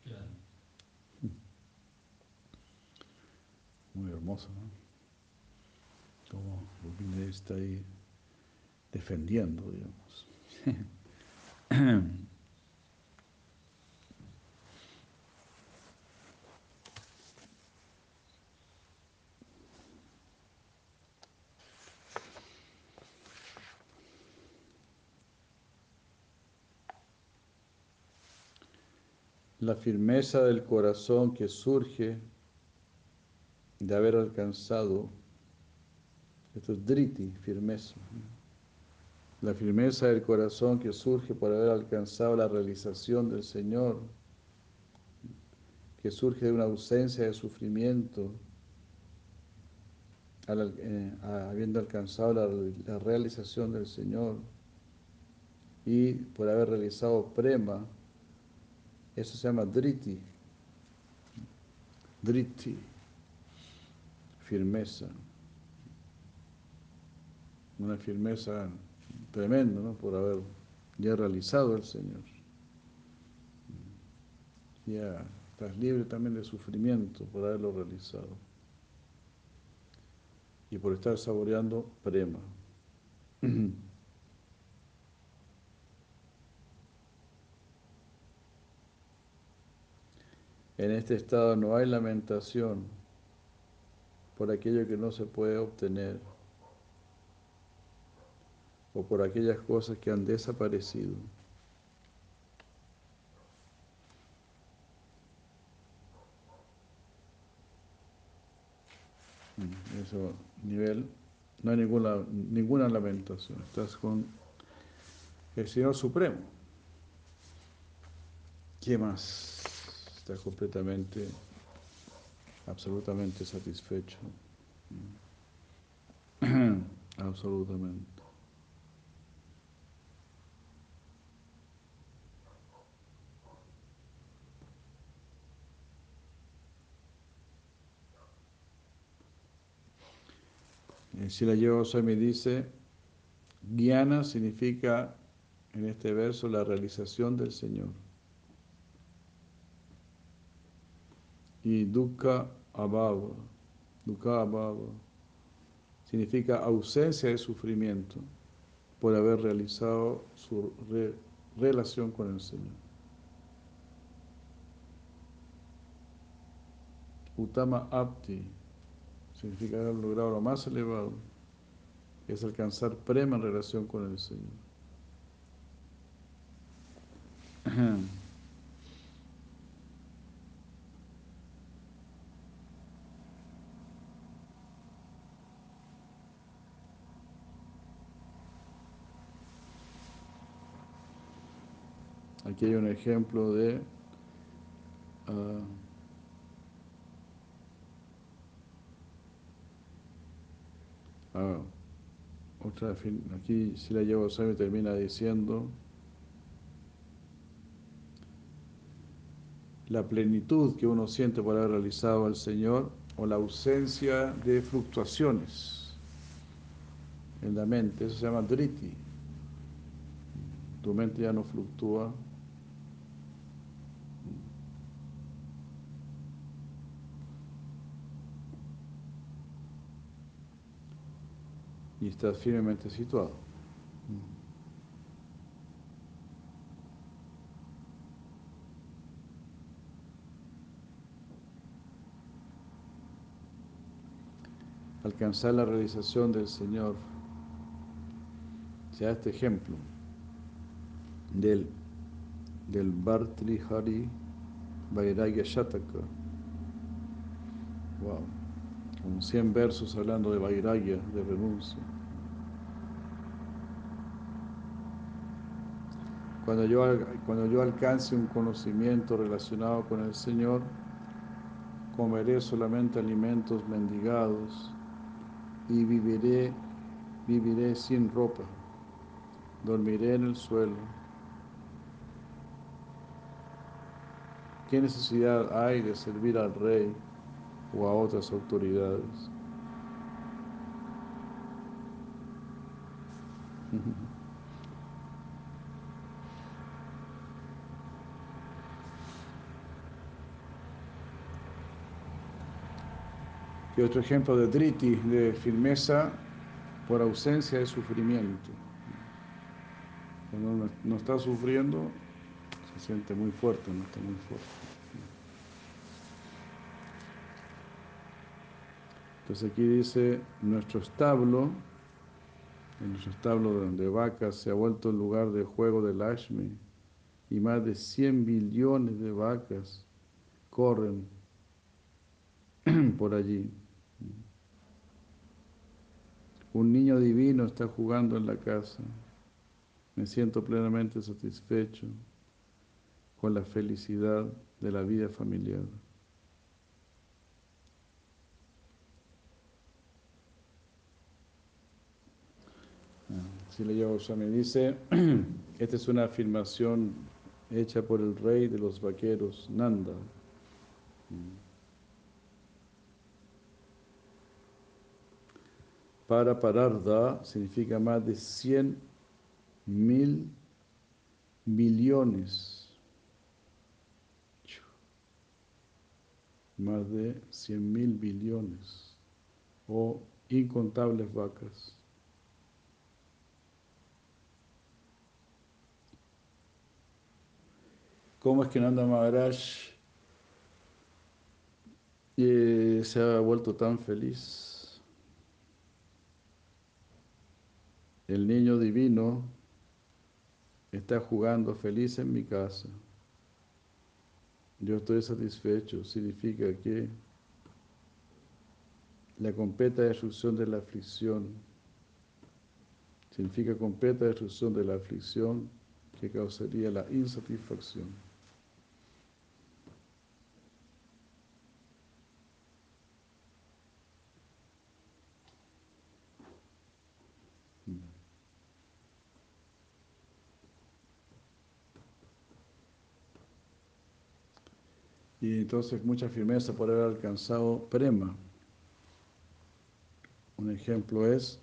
Muy hermoso, ¿no? Como Rukmini Devi está ahí defendiendo, digamos. La firmeza del corazón que surge de haber alcanzado, esto es driti, firmeza. La firmeza del corazón que surge por haber alcanzado la realización del Señor, que surge de una ausencia de sufrimiento, habiendo alcanzado la realización del Señor, y por haber realizado prema, eso se llama driti, driti, firmeza, una firmeza tremenda, ¿no? Por haber ya realizado el Señor. Ya estás libre también de sufrimiento por haberlo realizado y por estar saboreando prema. En este estado no hay lamentación por aquello que no se puede obtener o por aquellas cosas que han desaparecido. Eso nivel, no hay ninguna lamentación. Estás con el Señor Supremo. ¿Qué más? Estás completamente, absolutamente satisfecho. Absolutamente. Srila Yoga Goswami dice, Jnana significa en este verso la realización del Señor. Y Dukkha Abhava, significa ausencia de sufrimiento por haber realizado su relación con el Señor. Uttama Apti significa haber logrado lo más elevado, es alcanzar prema en relación con el Señor. Aquí hay un ejemplo de aquí Srila Yoga Goswami termina diciendo la plenitud que uno siente por haber realizado al Señor o la ausencia de fluctuaciones en la mente, eso se llama driti. Tu mente ya no fluctúa. Y estás firmemente situado. Alcanzar la realización del Señor. Se da este ejemplo del Bhartrihari Vairagya Shataka. Wow. Como 100 versos hablando de Vairagya, de renuncia. Cuando yo alcance un conocimiento relacionado con el Señor, comeré solamente alimentos mendigados y viviré sin ropa, dormiré en el suelo. ¿Qué necesidad hay de servir al rey o a otras autoridades? Y otro ejemplo de driti, de firmeza por ausencia de sufrimiento. Cuando uno no está sufriendo, se siente muy fuerte, no está muy fuerte. Entonces aquí dice, en nuestro establo de vacas se ha vuelto el lugar de juego de Lakshmi y más de 100 billones de vacas corren por allí. Un niño divino está jugando en la casa. Me siento plenamente satisfecho con la felicidad de la vida familiar. Srila Yoga Goswami dice, esta es una afirmación hecha por el rey de los vaqueros, Nanda. Para Pararda significa más de 100.000 billones. Más de 100.000 billones o incontables vacas. ¿Cómo es que Nanda Maharaj se ha vuelto tan feliz? El niño divino está jugando feliz en mi casa. Yo estoy satisfecho. Significa que la completa destrucción de la aflicción significa completa destrucción de la aflicción que causaría la insatisfacción. Y entonces mucha firmeza por haber alcanzado prema. Un ejemplo es,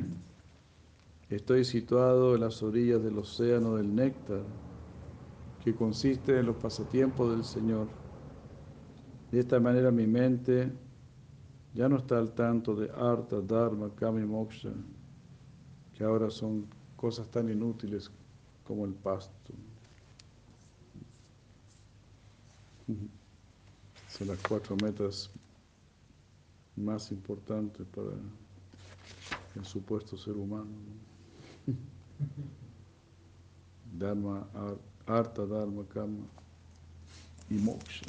estoy situado en las orillas del océano del néctar, que consiste en los pasatiempos del Señor. De esta manera mi mente ya no está al tanto de Artha, Dharma, Kama y Moksha, que ahora son cosas tan inútiles como el pasto. Son las 4 metas más importantes para el supuesto ser humano, ¿no? Dharma, Artha, Dharma, Kama y Moksha.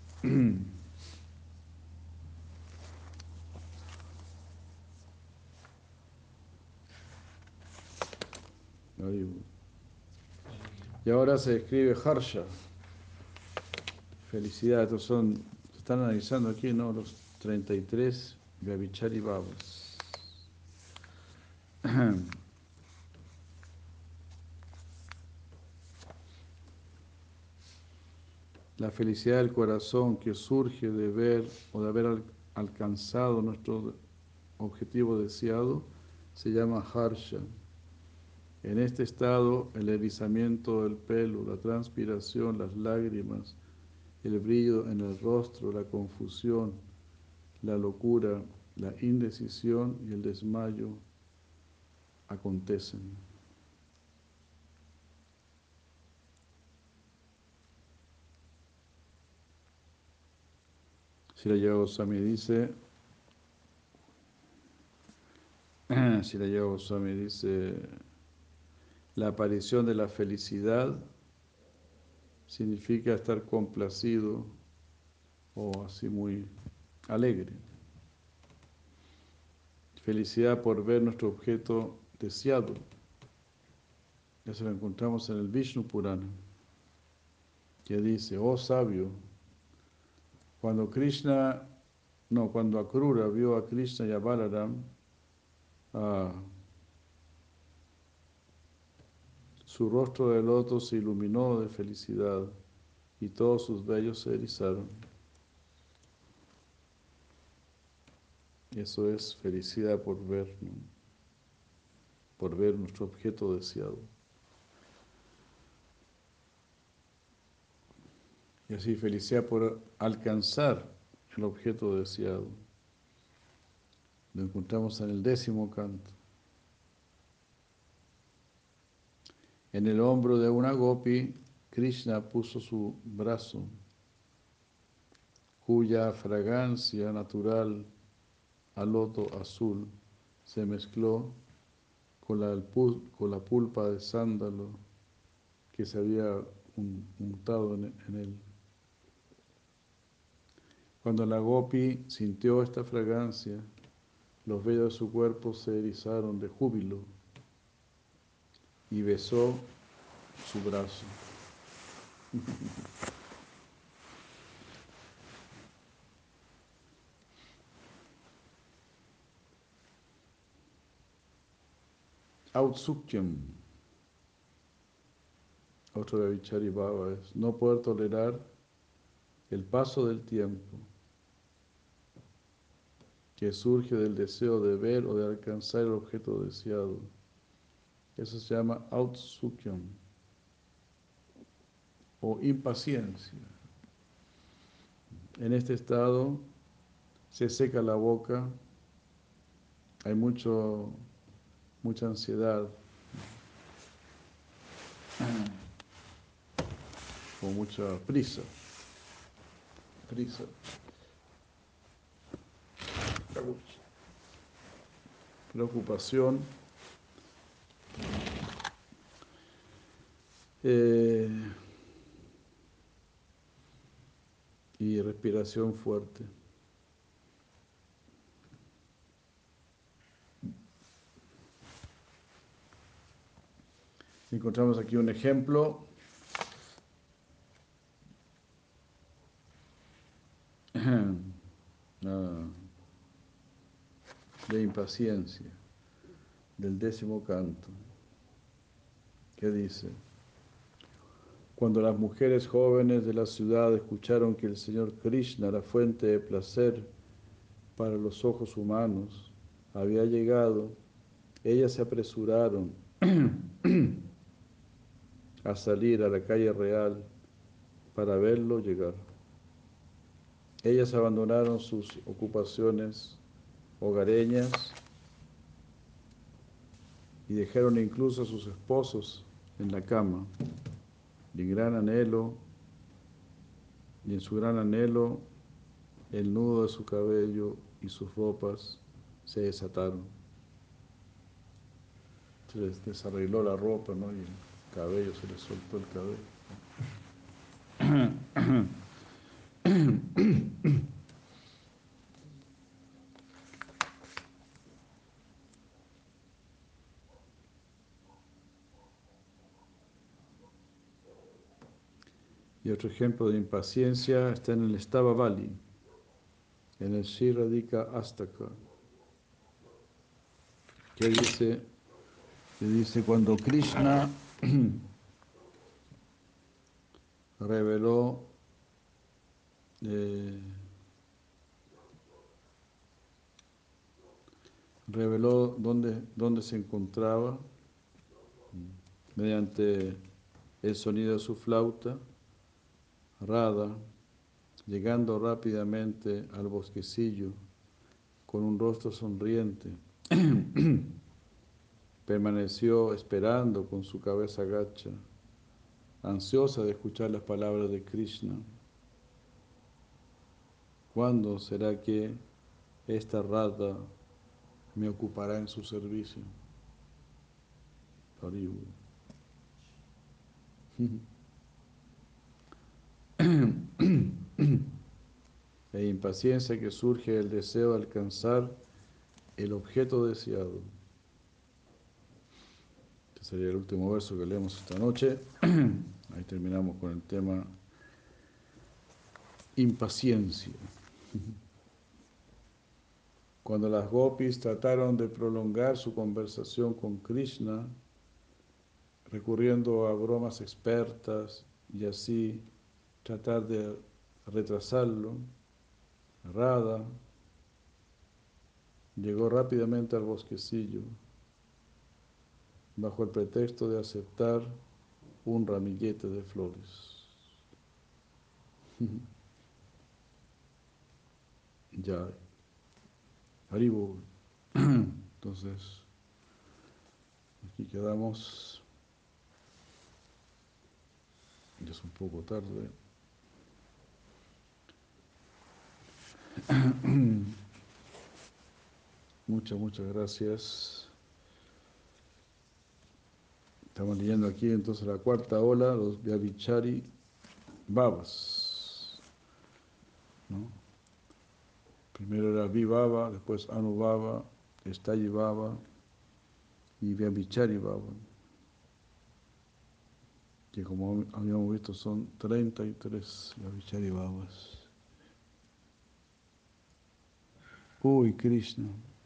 Y ahora se escribe Harsha, felicidad. Estos son, se están analizando aquí, ¿no? Los 33 Vyabhichari Bhavas. La felicidad del corazón que surge de ver o de haber alcanzado nuestro objetivo deseado se llama Harsha. En este estado, el erizamiento del pelo, la transpiración, las lágrimas, el brillo en el rostro, la confusión, la locura, la indecisión y el desmayo acontecen. Srila Yoga Goswami dice, la aparición de la felicidad significa estar complacido o así muy alegre. Felicidad por ver nuestro objeto deseado. Eso lo encontramos en el Vishnu Purana, que dice, oh sabio, cuando Akrura vio a Krishna y a Balaram, su rostro de loto se iluminó de felicidad y todos sus vellos se erizaron. Eso es felicidad por ver, ¿no? Por ver nuestro objeto deseado. Y así felicidad por alcanzar el objeto deseado. Lo encontramos en el 10º canto. En el hombro de una gopi, Krishna puso su brazo, cuya fragancia natural a loto azul se mezcló con la pulpa de sándalo que se había untado en él. Cuando la gopi sintió esta fragancia, los vellos de su cuerpo se erizaron de júbilo y besó su brazo. Autsukyam, otro de Vichari Baba, es no poder tolerar el paso del tiempo que surge del deseo de ver o de alcanzar el objeto deseado. Eso se llama Autsukyam o impaciencia. En este estado se seca la boca, hay mucha ansiedad, o mucha prisa, preocupación, y respiración fuerte. Encontramos aquí un ejemplo de impaciencia del 10º canto, que dice: cuando las mujeres jóvenes de la ciudad escucharon que el Señor Krishna era fuente de placer para los ojos humanos había llegado, ellas se apresuraron a salir a la calle real para verlo llegar. Ellas abandonaron sus ocupaciones hogareñas y dejaron incluso a sus esposos en la cama, y en su gran anhelo, el nudo de su cabello y sus ropas se desataron. Se les desarregló la ropa, ¿no? Y el cabello, se les soltó el cabello. Y otro ejemplo de impaciencia está en el Stava Valley, en el Sri Radhika Astaka, que dice cuando Krishna reveló dónde se encontraba mediante el sonido de su flauta, Radha, llegando rápidamente al bosquecillo con un rostro sonriente, permaneció esperando con su cabeza gacha, ansiosa de escuchar las palabras de Krishna. ¿Cuándo será que esta Radha me ocupará en su servicio? Haribu. E impaciencia que surge del deseo de alcanzar el objeto deseado. Este sería el último verso que leemos esta noche. Ahí terminamos con el tema impaciencia. Cuando las gopis trataron de prolongar su conversación con Krishna, recurriendo a bromas expertas y así tratar de retrasarlo, Radha llegó rápidamente al bosquecillo bajo el pretexto de aceptar un ramillete de flores. Ya, Haribo. Entonces, aquí quedamos. Ya es un poco tarde. Muchas gracias. Estamos leyendo aquí entonces la cuarta ola, los Vyavichari Babas, ¿no? Primero era Vibhava, después Anubhava, Stayi Baba y Vyabhichari Baba, que como habíamos visto son 33 Vyabhichari Babas. Uy, Krishna.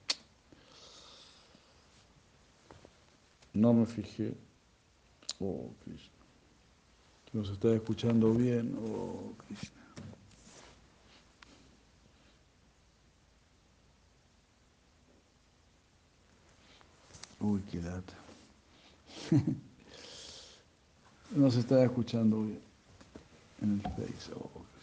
No me fijé. Oh, Krishna. Nos está escuchando bien. Oh, Krishna. Uy, qué lata. No se está escuchando bien en el Face. Oh,